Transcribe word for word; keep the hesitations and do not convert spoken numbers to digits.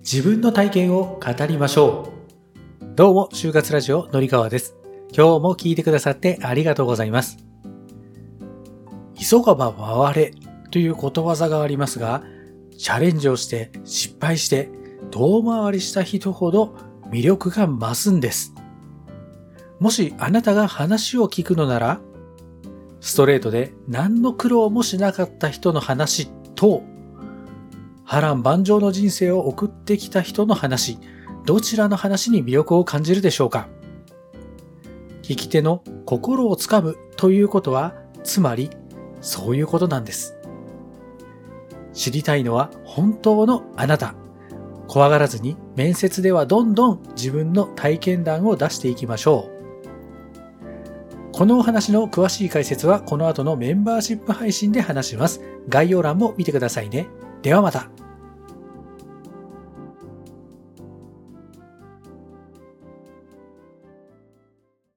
自分の体験を語りましょう。どうも、就活ラジオのりかわです。今日も聞いてくださってありがとうございます。急がば回れということわざがありますが、チャレンジをして失敗して遠回りした人ほど魅力が増すんです。もしあなたが話を聞くのなら、ストレートで何の苦労もしなかった人の話と、波乱万丈の人生を送ってきた人の話、どちらの話に魅力を感じるでしょうか。聞き手の心をつかむということは、つまりそういうことなんです。知りたいのは本当のあなた。怖がらずに面接ではどんどん自分の体験談を出していきましょう。このお話の詳しい解説はこの後のメンバーシップ配信で話します。概要欄も見てくださいね。ではまた。